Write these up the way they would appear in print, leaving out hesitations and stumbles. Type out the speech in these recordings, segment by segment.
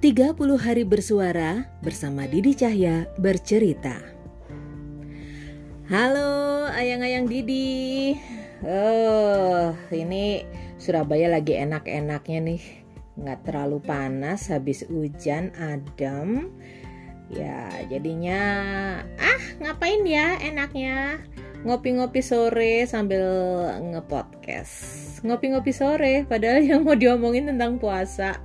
30 hari bersuara bersama Didi Cahya bercerita. Halo ayang-ayang Didi. Ini Surabaya lagi enak-enaknya nih. Nggak terlalu panas, habis hujan, adem. Ya jadinya ngapain ya enaknya? Ngopi-ngopi sore sambil nge-podcast. Ngopi-ngopi sore padahal yang mau diomongin tentang puasa.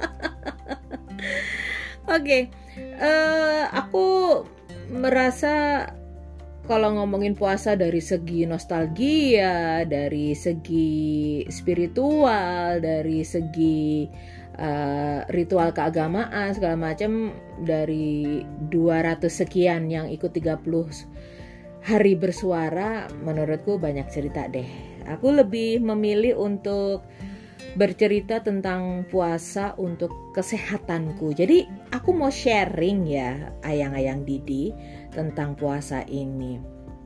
Oke, aku merasa kalau ngomongin puasa dari segi nostalgia, dari segi spiritual, dari segi ritual keagamaan segala macam, dari 200 sekian yang ikut 30 hari bersuara, menurutku banyak cerita deh. Aku lebih memilih untuk bercerita tentang puasa untuk kesehatanku. Jadi aku mau sharing ya ayang-ayang Didi tentang puasa ini.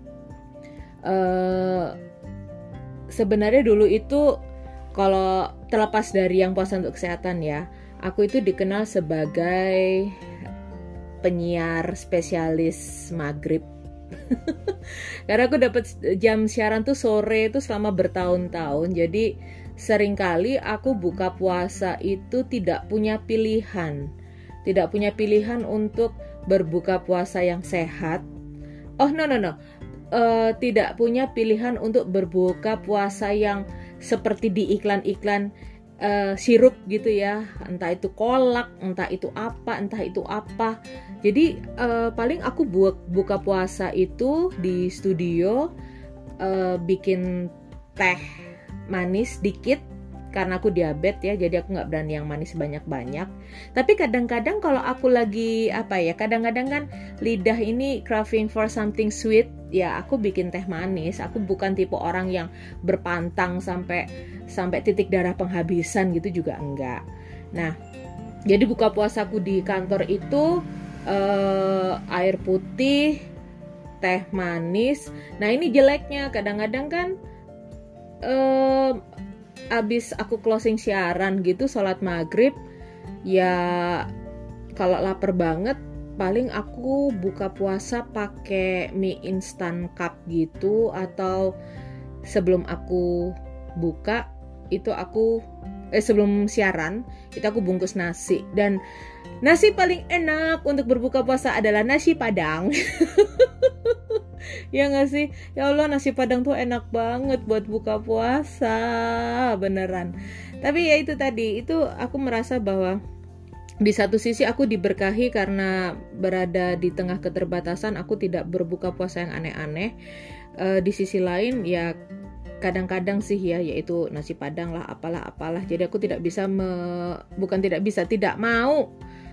Sebenarnya dulu itu kalau terlepas dari yang puasa untuk kesehatan ya, aku itu dikenal sebagai penyiar spesialis maghrib. Karena aku dapat jam siaran tuh sore itu selama bertahun-tahun. Jadi seringkali aku buka puasa itu tidak punya pilihan. Tidak punya pilihan untuk berbuka puasa yang sehat. Tidak punya pilihan untuk berbuka puasa yang seperti di iklan-iklan sirup gitu ya. Entah itu kolak, entah itu apa. Jadi paling aku buka puasa itu di studio, bikin teh manis dikit karena aku diabetes ya, jadi aku nggak berani yang manis banyak-banyak. Tapi kadang-kadang kalau aku lagi kadang-kadang kan lidah ini craving for something sweet, ya aku bikin teh manis. Aku bukan tipe orang yang berpantang sampai titik darah penghabisan gitu, juga enggak. Nah, jadi buka puasaku di kantor itu air putih, teh manis. Nah ini jeleknya kadang-kadang kan abis aku closing siaran gitu, sholat maghrib ya, kalau lapar banget paling aku buka puasa pakai mie instan cup gitu, atau sebelum aku buka itu aku sebelum siaran itu aku bungkus nasi. Dan nasi paling enak untuk berbuka puasa adalah nasi Padang. Ya gak sih? Ya Allah, nasi Padang tuh enak banget buat buka puasa, beneran. Tapi ya itu tadi, itu aku merasa bahwa di satu sisi aku diberkahi karena berada di tengah keterbatasan, aku tidak berbuka puasa yang aneh-aneh. Di sisi lain ya kadang-kadang sih ya, yaitu nasi Padang lah, apalah. Jadi aku tidak mau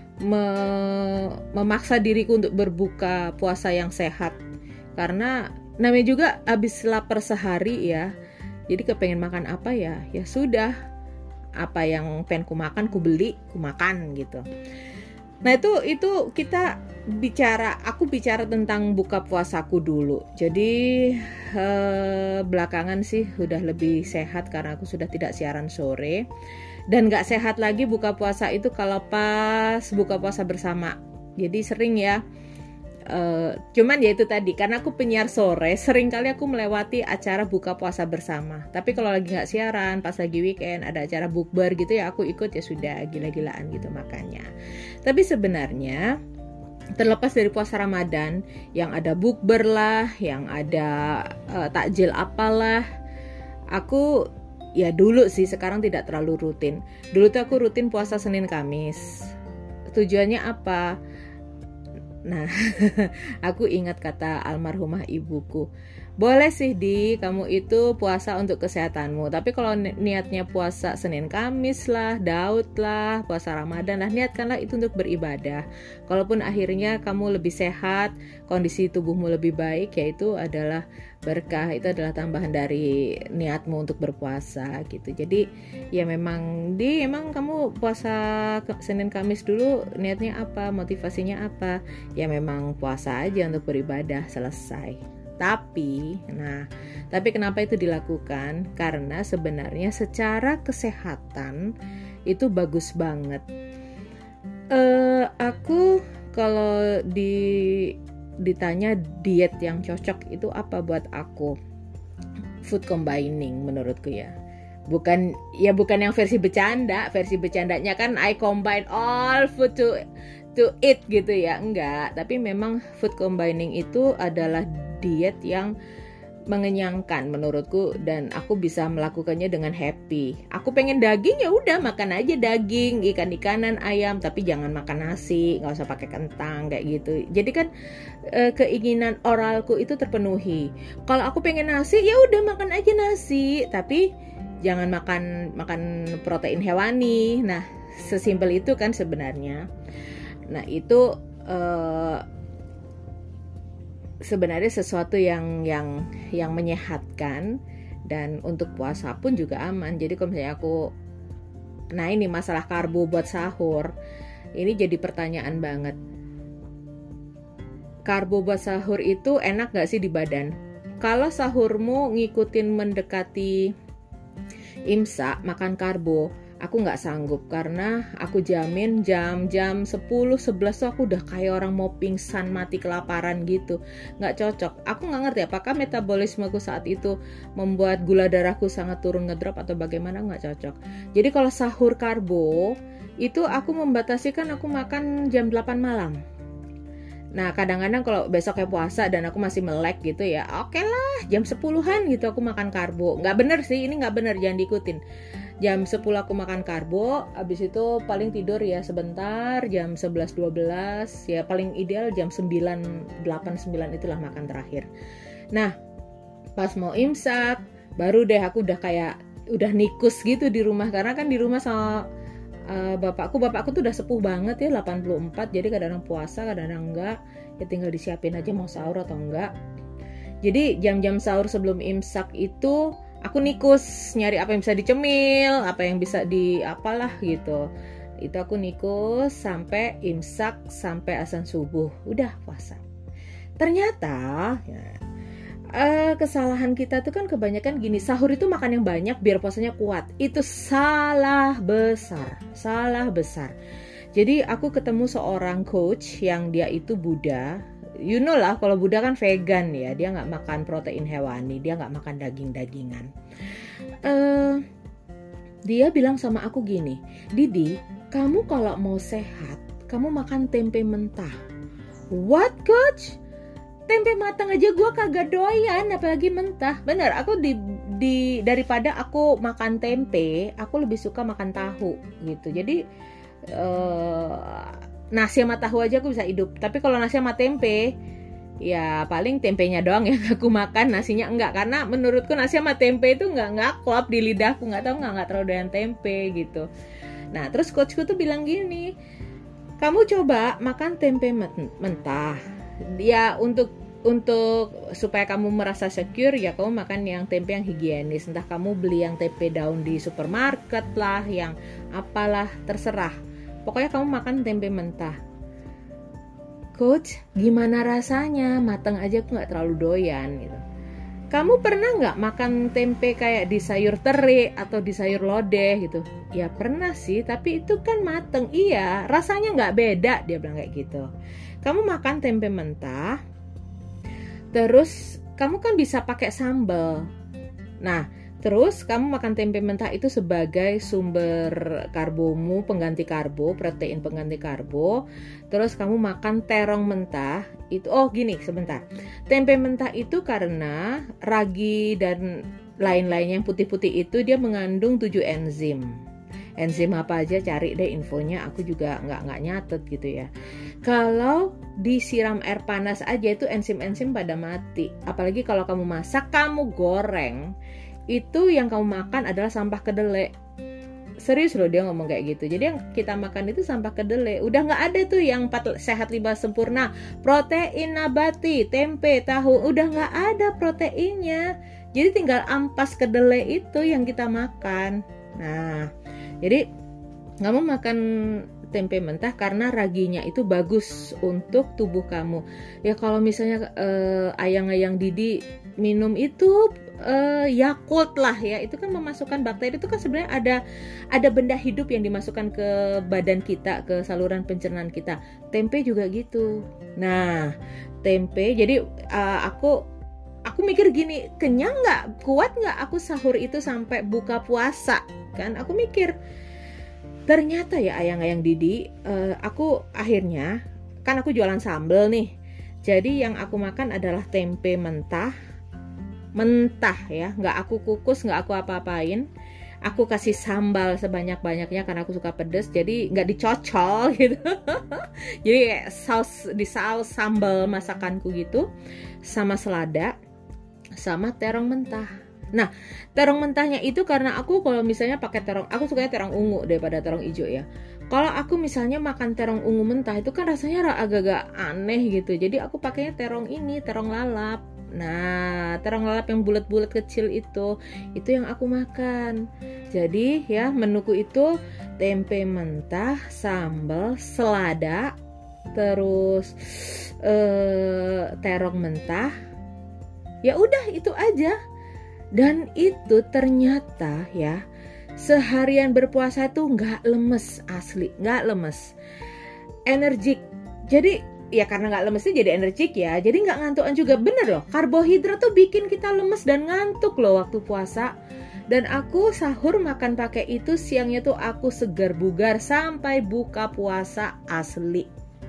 memaksa diriku untuk berbuka puasa yang sehat. Karena namanya juga habis lapar sehari ya, jadi kepengen makan apa ya sudah, apa yang pengen ku makan ku beli ku makan gitu. Nah itu aku bicara tentang buka puasaku dulu. Jadi belakangan sih udah lebih sehat karena aku sudah tidak siaran sore. Dan gak sehat lagi buka puasa itu kalau pas buka puasa bersama. Jadi sering ya, cuman ya itu tadi, karena aku penyiar sore, sering kali aku melewati acara buka puasa bersama. Tapi kalau lagi gak siaran, pas lagi weekend ada acara bukber gitu ya, aku ikut, ya sudah, gila-gilaan gitu makannya. Tapi sebenarnya terlepas dari puasa Ramadan yang ada bukber lah, yang ada takjil apalah, aku ya dulu sih, sekarang tidak terlalu rutin. Dulu tuh aku rutin puasa Senin Kamis. Tujuannya apa? Nah, aku ingat kata almarhumah ibuku, boleh sih Di, kamu itu puasa untuk kesehatanmu. Tapi kalau niatnya puasa Senin Kamis lah, Daud lah, puasa Ramadan lah, niatkanlah itu untuk beribadah. Kalaupun akhirnya kamu lebih sehat, kondisi tubuhmu lebih baik, yaitu adalah berkah, itu adalah tambahan dari niatmu untuk berpuasa gitu. Jadi ya memang kamu puasa Senin Kamis dulu, niatnya apa, motivasinya apa? Ya memang puasa aja untuk beribadah, selesai. Tapi kenapa itu dilakukan? Karena sebenarnya secara kesehatan itu bagus banget. Aku kalau ditanya diet yang cocok itu apa buat aku, food combining menurutku ya. Bukan yang versi bercanda. Versi bercandanya kan I combine all food to eat gitu ya. Enggak, tapi memang food combining itu adalah diet yang mengenyangkan menurutku, dan aku bisa melakukannya dengan happy. Aku pengen daging, ya udah makan aja daging, ikan-ikanan, ayam, tapi jangan makan nasi, nggak usah pakai kentang kayak gitu. Jadi kan keinginan oralku itu terpenuhi. Kalau aku pengen nasi, ya udah makan aja nasi, tapi jangan makan protein hewani. Nah, sesimpel itu kan sebenarnya. Nah, itu sebenarnya sesuatu yang menyehatkan, dan untuk puasa pun juga aman. Jadi kalau misalnya ini masalah karbo buat sahur, ini jadi pertanyaan banget. Karbo buat sahur itu enak gak sih di badan? Kalau sahurmu ngikutin mendekati imsak, makan karbo, aku nggak sanggup, karena aku jamin jam 10-11 tuh aku udah kayak orang mau pingsan mati kelaparan gitu. Nggak cocok. Aku nggak ngerti apakah metabolismeku saat itu membuat gula darahku sangat turun, ngedrop, atau bagaimana, nggak cocok. Jadi kalau sahur karbo itu aku membatasikan, aku makan jam 8 malam. Nah, kadang-kadang kalau besoknya puasa dan aku masih melek gitu ya, oke lah, jam 10-an gitu aku makan karbo. Nggak bener sih, ini nggak bener, jangan diikutin. Jam 10 aku makan karbo, habis itu paling tidur ya sebentar, jam 11-12, ya paling ideal jam 9-8-9 itulah makan terakhir. Nah, pas mau imsak, baru deh aku udah nikus gitu di rumah, karena kan di rumah sama bapakku tuh udah sepuh banget ya, 84, jadi kadang-kadang puasa, kadang-kadang enggak, ya tinggal disiapin aja mau sahur atau enggak. Jadi jam-jam sahur sebelum imsak itu aku nikus, nyari apa yang bisa dicemil, apa yang bisa apalah gitu. Itu aku nikus sampai imsak, sampai azan subuh, udah puasa. Ternyata kesalahan kita tuh kan kebanyakan gini, sahur itu makan yang banyak biar puasanya kuat. Itu salah besar. Jadi aku ketemu seorang coach yang dia itu Buddha. You know lah, kalau Buddha kan vegan ya, dia nggak makan protein hewani, dia nggak makan daging-dagingan. Dia bilang sama aku gini, Didi, kamu kalau mau sehat, kamu makan tempe mentah. What, coach? Tempe matang aja gue kagak doyan, apalagi mentah. Bener, aku daripada aku makan tempe, aku lebih suka makan tahu gitu. Jadi nasi sama tahu aja aku bisa hidup. Tapi kalau nasi sama tempe, ya paling tempenya doang yang aku makan, nasinya enggak. Karena menurutku nasi sama tempe itu enggak klop di lidahku, nggak terlalu doyan tempe gitu. Nah, terus coachku tuh bilang gini, kamu coba makan tempe mentah. Ya untuk supaya kamu merasa secure, ya kamu makan yang tempe yang higienis. Entah kamu beli yang tempe daun di supermarket lah, yang apalah, terserah. Pokoknya kamu makan tempe mentah. Coach, gimana rasanya? Mateng aja aku gak terlalu doyan gitu. Kamu pernah gak makan tempe kayak di sayur teri atau di sayur lodeh gitu? Ya pernah sih, tapi itu kan mateng. Iya, rasanya gak beda, dia bilang kayak gitu. Kamu makan tempe mentah, terus kamu kan bisa pakai sambal. Nah, terus kamu makan tempe mentah itu sebagai sumber karbomu, pengganti karbo, protein pengganti karbo. Terus kamu makan terong mentah, itu sebentar. Tempe mentah itu karena ragi dan lain-lainnya yang putih-putih itu dia mengandung 7 enzim. Enzim apa aja cari deh infonya, aku juga nggak nyatet gitu ya. Kalau disiram air panas aja itu enzim-enzim pada mati. Apalagi kalau kamu masak, kamu goreng, itu yang kamu makan adalah sampah kedelai. Serius loh dia ngomong kayak gitu. Jadi yang kita makan itu sampah kedelai. Udah nggak ada tuh yang sehat 5 sempurna, protein nabati, tempe, tahu, udah nggak ada proteinnya. Jadi tinggal ampas kedelai itu yang kita makan. Nah, jadi kamu makan tempe mentah karena raginya itu bagus untuk tubuh kamu. Ya kalau misalnya ayang-ayang Didi minum itu Yakult lah ya, itu kan memasukkan bakteri, itu kan sebenarnya ada benda hidup yang dimasukkan ke badan kita, ke saluran pencernaan kita. Tempe juga gitu. Nah, tempe, jadi aku mikir gini, kenyang nggak, kuat nggak aku sahur itu sampai buka puasa kan? Aku mikir, ternyata ya ayang-ayang Didi, aku akhirnya kan aku jualan sambal nih, jadi yang aku makan adalah tempe mentah ya, nggak aku kukus, nggak aku apa-apain, aku kasih sambal sebanyak-banyaknya karena aku suka pedes, jadi nggak dicocol gitu. Jadi saus sambal masakanku gitu, sama selada, sama terong mentah. Nah, terong mentahnya itu karena aku kalau misalnya pakai terong, aku sukanya terong ungu daripada terong hijau ya. Kalau aku misalnya makan terong ungu mentah itu kan rasanya agak-agak aneh gitu, jadi aku pakainya terong lalap. Nah, terong lalap yang bulat-bulat kecil itu yang aku makan. Jadi ya, menuku itu tempe mentah, sambal, selada, terus terong mentah. Ya udah, itu aja. Dan itu ternyata ya, seharian berpuasa itu nggak lemes, asli nggak lemes, energik. Jadi ya karena nggak lemesnya jadi energik ya, jadi nggak ngantukan juga. Bener loh, karbohidrat tuh bikin kita lemes dan ngantuk loh waktu puasa. Dan aku sahur makan pakai itu, siangnya tuh aku segar bugar sampai buka puasa, asli.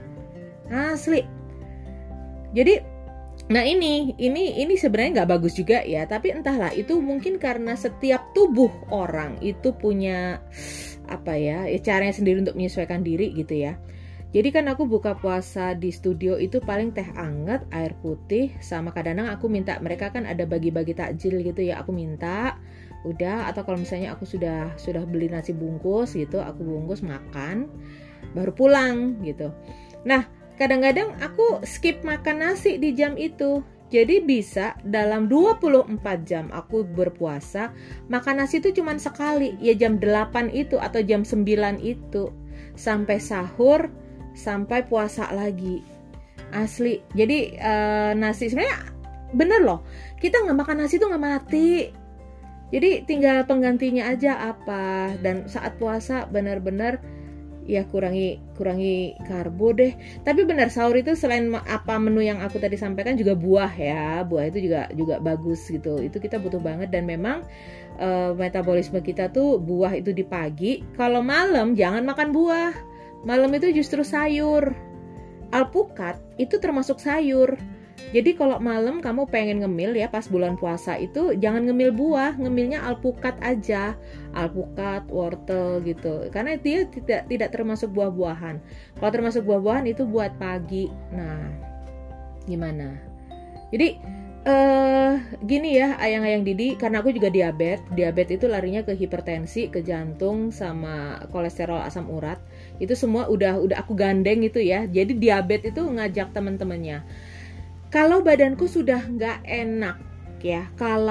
Jadi nah ini sebenarnya nggak bagus juga ya, tapi entahlah, itu mungkin karena setiap tubuh orang itu punya apa ya, caranya sendiri untuk menyesuaikan diri gitu ya. Jadi kan aku buka puasa di studio itu paling teh anget, air putih, sama kadang-kadang aku minta, mereka kan ada bagi-bagi takjil gitu ya, aku minta udah, atau kalau misalnya aku sudah beli nasi bungkus gitu, aku bungkus makan baru pulang gitu. Nah, kadang-kadang aku skip makan nasi di jam itu. Jadi bisa dalam 24 jam aku berpuasa, makan nasi itu cuma sekali, ya jam 8 itu atau jam 9 itu. Sampai sahur, sampai puasa lagi. Asli. Jadi nasi sebenarnya bener loh, kita nggak makan nasi tuh nggak mati. Jadi tinggal penggantinya aja apa. Dan saat puasa benar-benar ya kurangi karbo deh. Tapi benar, sahur itu selain apa menu yang aku tadi sampaikan, juga buah ya. Buah itu juga bagus gitu. Itu kita butuh banget, dan memang metabolisme kita tuh buah itu di pagi. Kalau malam jangan makan buah. Malam itu justru sayur. Alpukat itu termasuk sayur. Jadi kalau malam kamu pengen ngemil ya pas bulan puasa itu, jangan ngemil buah, ngemilnya alpukat aja. Alpukat, wortel gitu. Karena dia tidak termasuk buah-buahan. Kalau termasuk buah-buahan itu buat pagi. Nah, gimana? Jadi gini ya ayang-ayang Didi, karena aku juga diabetes itu larinya ke hipertensi, ke jantung, sama kolesterol, asam urat. Itu semua udah aku gandeng itu ya. Jadi diabetes itu ngajak teman-temannya. Kalau badanku sudah nggak enak ya,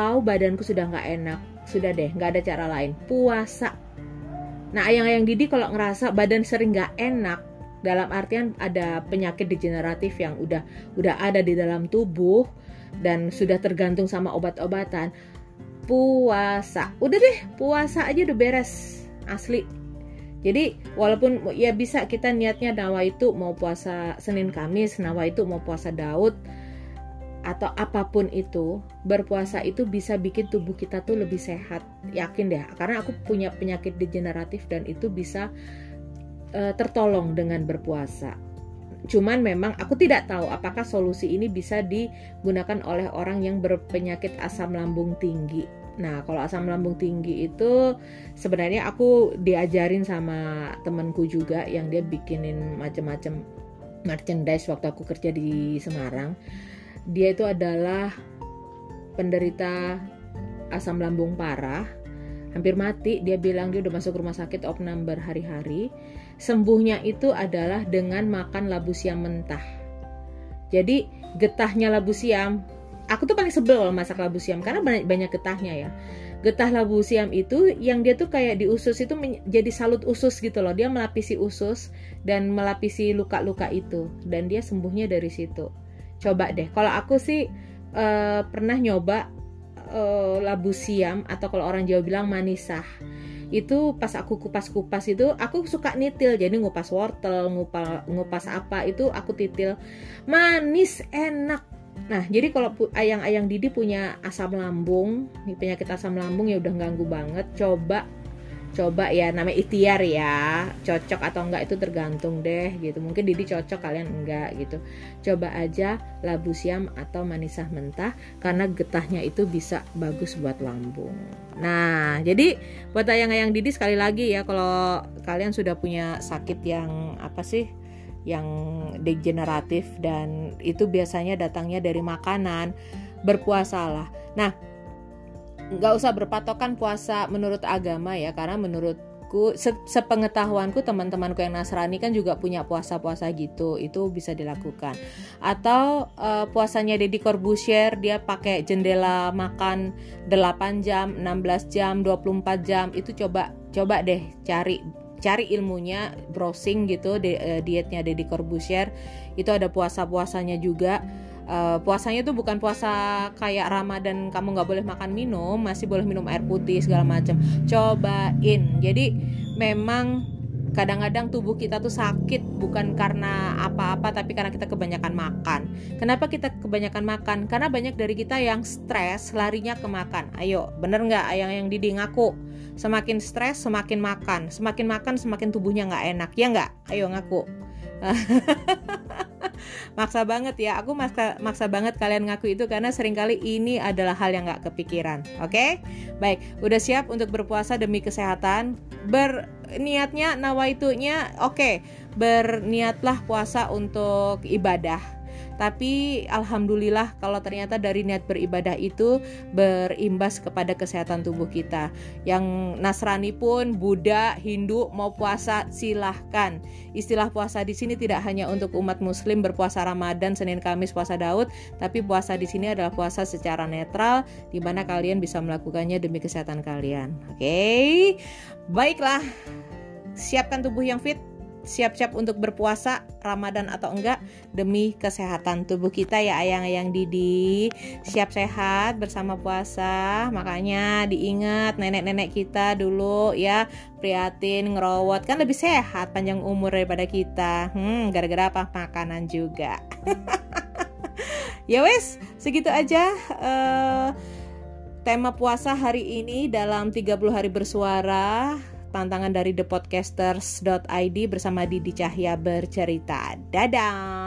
sudah deh, nggak ada cara lain, puasa. Nah, ayang-ayang Didi kalau ngerasa badan sering nggak enak, dalam artian ada penyakit degeneratif yang udah ada di dalam tubuh dan sudah tergantung sama obat-obatan, puasa. Udah deh, puasa aja udah beres, asli. Jadi walaupun ya bisa kita niatnya nawaitu mau puasa Senin Kamis, nawaitu mau puasa Daud, atau apapun itu, berpuasa itu bisa bikin tubuh kita tuh lebih sehat. Yakin deh, karena aku punya penyakit degeneratif dan itu bisa tertolong dengan berpuasa. Cuman memang aku tidak tahu apakah solusi ini bisa digunakan oleh orang yang berpenyakit asam lambung tinggi. Nah, kalau asam lambung tinggi itu sebenarnya aku diajarin sama temanku juga yang dia bikinin macam-macam merchandise waktu aku kerja di Semarang. Dia itu adalah penderita asam lambung parah, hampir mati. Dia bilang dia udah masuk rumah sakit opnam berhari-hari. Sembuhnya itu adalah dengan makan labu siam mentah. Jadi getahnya labu siam, aku tuh paling sebel kalau masak labu siam karena banyak getahnya ya. Getah labu siam itu yang dia tuh kayak di usus itu jadi salut usus gitu loh. Dia melapisi usus dan melapisi luka-luka itu, dan dia sembuhnya dari situ. Coba deh, kalau aku sih pernah nyoba labu siam atau kalau orang Jawa bilang manisah. Itu pas aku kupas-kupas itu aku suka nitil, jadi ngupas wortel, ngupas apa itu aku titil, manis enak. Nah jadi kalau ayang-ayang Didi punya asam lambung, penyakit asam lambung ya udah ganggu banget, coba ya, namanya ikhtiar ya, cocok atau enggak itu tergantung deh gitu, mungkin Didi cocok, kalian enggak gitu. Coba aja labu siam atau manisah mentah karena getahnya itu bisa bagus buat lambung. Nah jadi buat ayang-ayang Didi sekali lagi ya, kalau kalian sudah punya sakit yang yang degeneratif dan itu biasanya datangnya dari makanan, berpuasalah. Nah nggak usah berpatokan puasa menurut agama ya, karena menurutku sepengetahuanku teman-temanku yang Nasrani kan juga punya puasa-puasa gitu, itu bisa dilakukan. Atau puasanya Deddy Corbuzier, dia pakai jendela makan 8 jam, 16 jam, 24 jam, itu coba deh cari ilmunya, browsing gitu, dietnya Deddy Corbuzier, itu ada puasa-puasanya juga. Puasanya tuh bukan puasa kayak Ramadan kamu nggak boleh makan minum, masih boleh minum air putih segala macam. Cobain. Jadi memang kadang-kadang tubuh kita tuh sakit bukan karena apa-apa, tapi karena kita kebanyakan makan. Kenapa kita kebanyakan makan? Karena banyak dari kita yang stres larinya ke makan. Ayo, bener nggak ayang Didi ngaku? Semakin stres semakin makan semakin tubuhnya nggak enak, ya nggak? Ayo ngaku. Maksa banget ya, aku maksa banget kalian ngaku itu karena seringkali ini adalah hal yang gak kepikiran. Oke? Baik, udah siap untuk berpuasa demi kesehatan? Berniatnya, nawaitunya, oke, berniatlah puasa untuk ibadah. Tapi alhamdulillah kalau ternyata dari niat beribadah itu berimbas kepada kesehatan tubuh kita. Yang Nasrani pun, Buddha, Hindu mau puasa silahkan. Istilah puasa di sini tidak hanya untuk umat Muslim berpuasa Ramadan, Senin Kamis puasa Daud, tapi puasa di sini adalah puasa secara netral, di mana kalian bisa melakukannya demi kesehatan kalian. Oke, baiklah, siapkan tubuh yang fit. Siap-siap untuk berpuasa Ramadan atau enggak demi kesehatan tubuh kita ya ayang-ayang Didi. Siap sehat bersama puasa. Makanya diingat nenek-nenek kita dulu ya, prihatin, ngerawat, kan lebih sehat, panjang umur daripada kita. Gara-gara apa? Makanan juga. Ya wes, segitu aja tema puasa hari ini dalam 30 hari bersuara. Tantangan dari thepodcasters.id bersama Didi Cahya bercerita. Dadah.